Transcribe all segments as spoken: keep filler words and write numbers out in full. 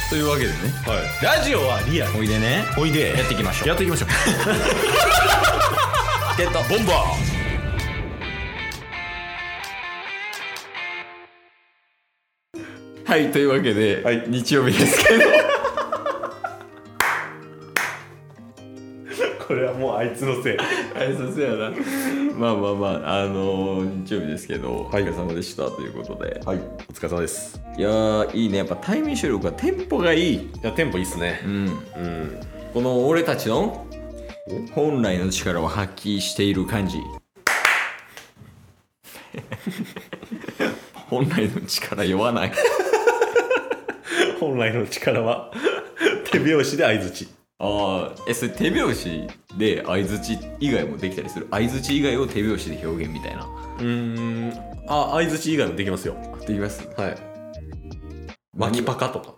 というわけでね、 はい、ラジオはリアル。 おいでね、 おいでやっていきましょう。 やっていきましょうゲットボンバー。はい、というわけで、はい、日曜日ですけどこれはもうあいつのせいあいつのせいやな。まあまあまあ、あのー、日曜日ですけど、はい、お疲れ様でしたということで、 はい、お疲れ様です。 いやー、いいね、やっぱ対面収録はテンポがいい。いや、テンポいいっすね。 うん、うん、この俺たちの本来の力を発揮している感じ本来の力酔わない本来の力は手拍子で相づち。 ああ、え、それ手拍子で相づち以外もできたりする？相づち以外を手拍子で表現みたいな。 うーん、あ、相づち以外もできますよ。 できます？ はい。巻きパカとか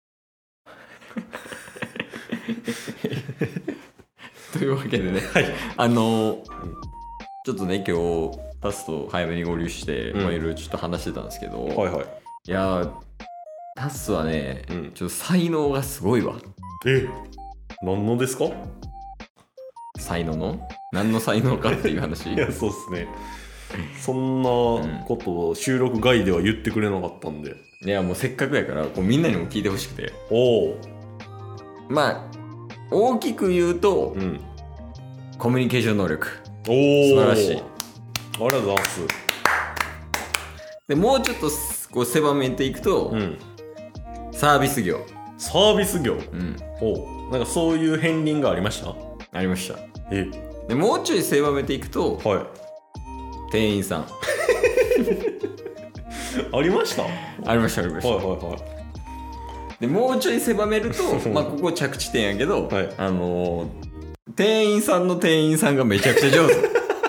というわけでね、はい、あのー、ちょっとね、今日タスと早めに合流して、うん、まあいろいろちょっと話してたんですけど、はいはい、いやー、タスはね、うん、ちょっと才能がすごいわ。 え、何のですか？ 才能の？何の才能かっていう話。 いや、そうっすね。そんなことを収録外では言ってくれなかったんで。 いや、もうせっかくやからこうみんなにも聞いてほしくて。 おお。 まあ大きく言うと、うん、コミュニケーション能力。おお。素晴らしい。ありがとうございます。 でもうちょっとこう狭めていくと、うん、サービス業。 サービス業。うん。おう。なんかそういう片鱗がありました？ ありました。え。でもうちょい狭めていくと、はい。店員さん。 ありました？ ありましたありました。はいはいはい。でもうちょい狭めると、まあここ着地点やけど、はい、あのー、店員さんの店員さんがめちゃくちゃ上手。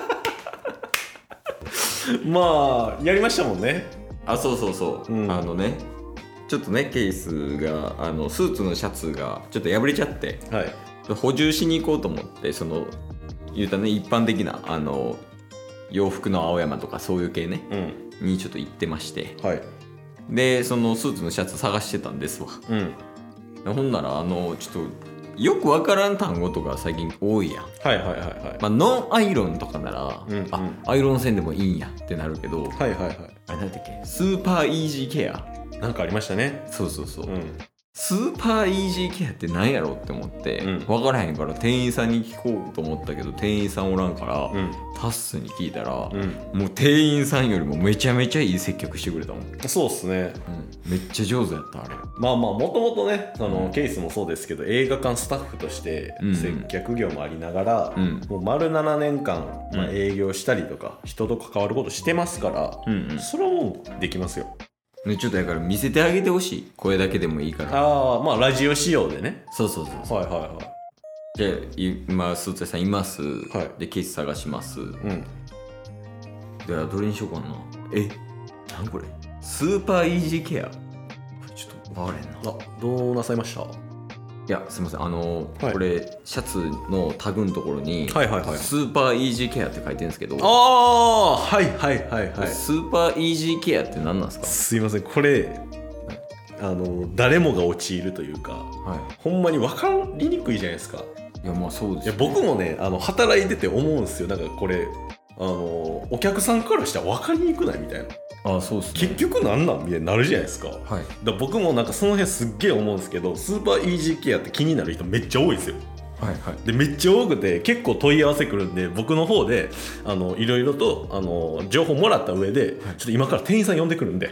まあやりましたもんね。 あ、そうそうそう。うん、あのね、ちょっとねケースがあのスーツのシャツがちょっと破れちゃって、はい、補充しに行こうと思って、その言うたね一般的なあの洋服の青山とかそういう系ね、うん、にちょっと行ってまして、はい、でそのスーツのシャツ探してたんですわ、うん、ほんならあのちょっとよくわからん単語とか最近多いやん。はいはいはいはい。まあノンアイロンとかなら、うんうん、あアイロンせんでもいいんやってなるけど、はいはいはい。あれなんだっけ、スーパーイージーケアなんかありましたね。 そうそうそう。うん、スーパーイージーケアって何やろって思って、うん、分からへんから店員さんに聞こうと思ったけど店員さんおらんから、うん、タッスに聞いたら、うん、もう店員さんよりもめちゃめちゃいい接客してくれたもん。 そうっすね、 うん、めっちゃ上手やったあれ。 まあまあもともとねあの、うん、ケースもそうですけど映画館スタッフとして接客業もありながら、うん、もう丸ななねんかん、まあ、営業したりとか、うん、人と関わることしてますから、うんうん、それはもうできますよ。 ね、ちょっとだから見せてあげてほしい。声だけでもいいから。 ああ、まあラジオ仕様でね。 そうそうそうそう。 はいはいはい。 じゃあ今スーツ屋さんいます、はい、でケース探します、うん、ではどれにしようかな。え、なんこれスーパーイージーケア、ちょっと分からへんな。 あ、どうなさいました？ いやすいません、あの、はい、これシャツのタグのところに、 はいはいはい、 スーパーイージーケアって書いてるんですけど、 ああはいはいはいはい。 スーパーイージーケアって何なんですか？ すいません、これ、はい、あの誰もが陥るというか、はい、ほんまに分かりにくいじゃないですか。 いやまあそうですよ、 ね、いや僕もねあの働いてて思うんですよ。なんかこれあのお客さんからしたら分かりにくないみたいな。 ああそうですね、 結局なんなんみたいになるじゃないですか、はい、だから僕もなんかその辺すっげえ思うんですけど、スーパーイージーケアって気になる人めっちゃ多いですよ。はいはい、でめっちゃ多くて結構問い合わせくるんで、僕の方であのいろいろとあの情報もらった上で、はい、ちょっと今から店員さん呼んでくるんで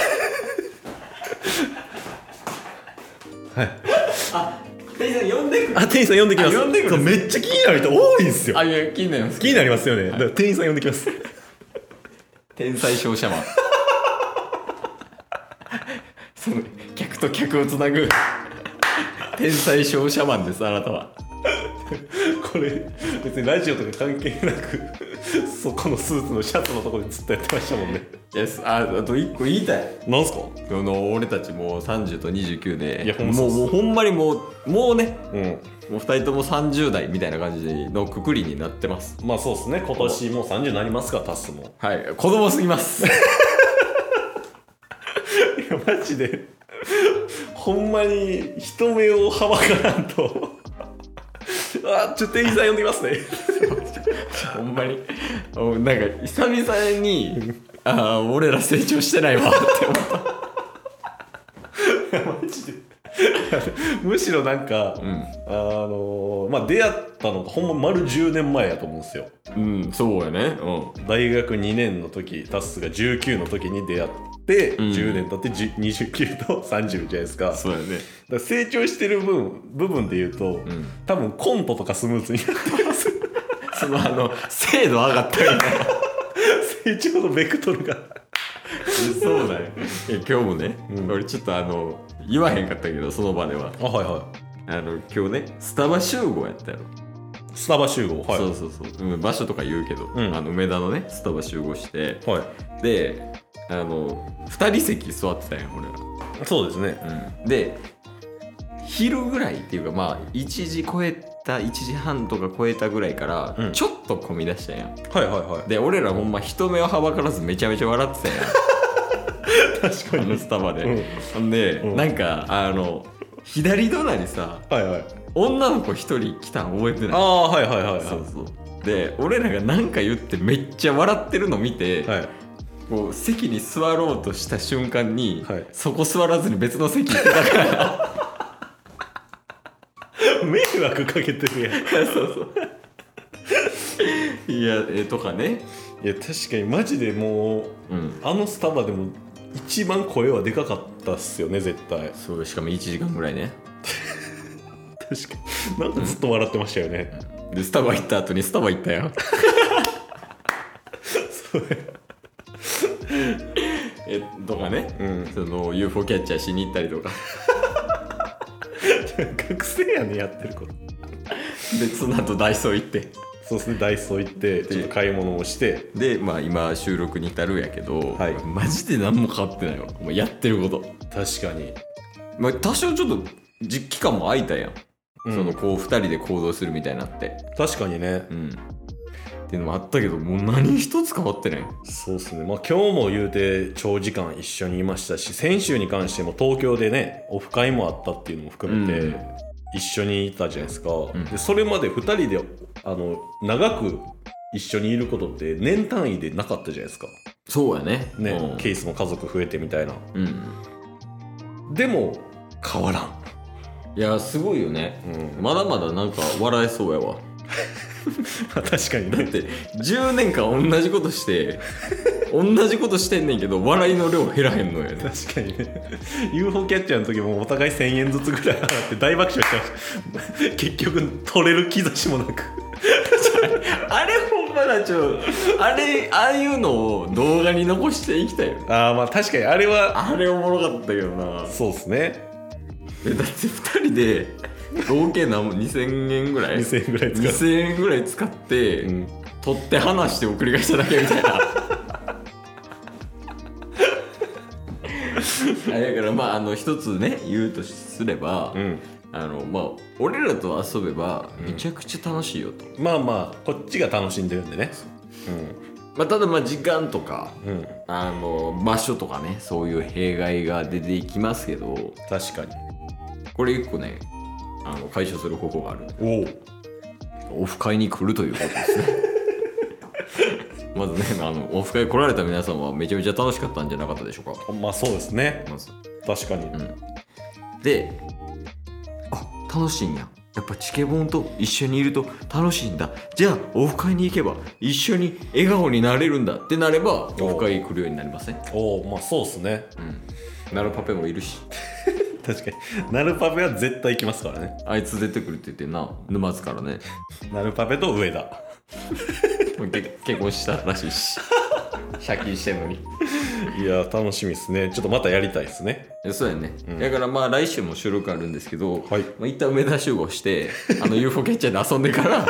はい、 あ、店員さん呼んでくる。 あ、店員さん呼んできます。 呼んでくる。 めっちゃ気になる人多いんですよ。 あ、いや気になります。 気になりますよね。はい、だから店員さん呼んできます。 天才商社マン。その客と客をつなぐ天才商社マンです、あなたは。 これ別にラジオとか関係なくそこのスーツのシャツのところでずっとやってましたもんね。 Yes、あ, あといっこ言いたい。 なんすか？ その俺たちもうさんじゅうとにじゅうきゅうで、いやほんもうもうほんまにもうもうね、うん、もうふたりともさんじゅう代みたいな感じのくくりになってます。 まあそうですね、今年もうさんじゅうになりますから、タスも。 はい、子供すぎます。いやマジでほんまに人目をはばからんとあ、ちょっと店員さん呼んできますねほんまになんか久々にあー俺ら成長してないわって思ったマジでむしろなんか、うん、あのー、まあ出会ったのがほんま丸じゅうねんまえやと思うんですよ。 うん、そうやね、うん、 大学にねんの時、タッスがじゅうきゅうの時に出会って、うん、じゅうねん経ってにじゅうきゅうとさんじゅうじゃないですか。 そうやね。 だから成長してる分部分で言うと、うん、多分コントとかスムーズになってますそのあの精度上がったよね成長のベクトルがそうだよ。今日もね、うん、俺ちょっとあの言わへんかったけどその場ではあ、はいはい、 あの今日ねスタバ集合やったやろ。 スタバ集合、はい、 そうそうそう、うん、場所とか言うけど、うん、あの梅田のねスタバ集合して、 はい、 であのふたり席座ってたんや俺ら。 そうですね、 うん、で昼ぐらいっていうかまあいちじ超えたいちじはんとか超えたぐらいからちょっと混み出したんや、うん、 はいはいはい。 で俺らほんま人目をはばからずめちゃめちゃ笑ってたんや確かにあのスタバで、うん、で、うん、なんかあの左隣さ、 はいはい、 女の子一人来たん覚えてない？ ああ、はいはいはい、はい、 そうそう。で俺らが何か言ってめっちゃ笑ってるの見て、はい、こう席に座ろうとした瞬間に、はい、そこ座らずに別の席行ってたから迷惑かけてるやんそうそういやえとかね。 いや確かにマジでもう、うん、あのスタバでも一番声はでかかったっすよね絶対。 そう、しかもいちじかんぐらいね確かになんかずっと笑ってましたよね、 うん、でスタバ行った後にスタバ行ったよそうやえとかね、うん、その ユーフォー キャッチャーしに行ったりとか学生やねやってることでその後ダイソー行って。 そうですね、ダイソー行ってちょっと買い物をしてで、まあ今収録に至るやけど、はい、マジで何も変わってないわやってること。 確かに、 まあ、多少ちょっと実期間も空いたやん、うん、そのこうふたりで行動するみたいになって。 確かにね、 うん、っていうのもあったけどもう何一つ変わってない。 そうっすね。まあ今日も言うて長時間一緒にいましたし、先週に関しても東京でねオフ会もあったっていうのも含めて、うん、一緒にいたじゃないですか、うん、でそれまでふたりであの長く一緒にいることって年単位でなかったじゃないですか。 そうやね。 ね、うん、ケースも家族増えてみたいな、 うん、でも変わらん。 いやすごいよね、うん、まだまだなんか笑えそうやわ確かに、ね、 だってじゅうねんかん同じことして同じことしてんねんけど笑いの量減らへんのよね。 確かにね。 ユーフォー キャッチャーの時もお互いせんえんずつぐらい払って大爆笑してました結局取れる兆しもなくあれほんまなちょあれああいうのを動画に残していきたいよ。 ああまあ確かにあれはあれおもろかったけどな。 そうですね。 えだってふたりで合計何もにせんえんぐらいにせんえんぐらい使ってにせんえんぐらい使って、うん、取って離して送り返しただけみたいなあだからまああの一つね言うとすれば、うん、あのまあ俺らと遊べばめちゃくちゃ楽しいよと、 うん、まあまあこっちが楽しんでるんでね、 うんまあ、ただまあ時間とか、うん、あの場所とかねそういう弊害が出てきますけど、 確かにこれ一個ねあの解消する方法がある。おオフ会に来るということですねまずねあのオフ会来られた皆さんはめちゃめちゃ楽しかったんじゃなかったでしょうか。 まあそうですね、まず確かに、うん、 であ楽しいんややっぱチケボンと一緒にいると楽しいんだ、じゃあオフ会に行けば一緒に笑顔になれるんだってなればオフ会来るようになりません？ おおまあそうっすね、 うん、ナルパペもいるし確かにナルパペは絶対行きますからね。 あいつ出てくるって言ってんな沼津からねナルパペと上田結婚したらしいし借金してんのにいや楽しみですね。ちょっとまたやりたいですね。 そうやね、うん、だからまあ来週も収録あるんですけど、はいまあ、一旦梅田集合してあの ユーフォー キャッチャーで遊んでから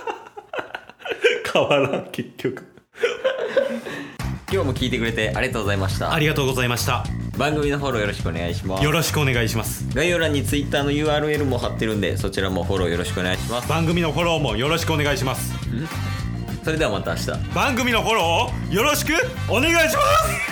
変わらん結局今日も聞いてくれてありがとうございました。 ありがとうございました。 番組のフォローよろしくお願いします。 よろしくお願いします。 概要欄に Twitter の ユーアールエル も貼ってるんでそちらもフォローよろしくお願いします。 番組のフォローもよろしくお願いします。 それではまた明日番組のフォローをよろしくお願いします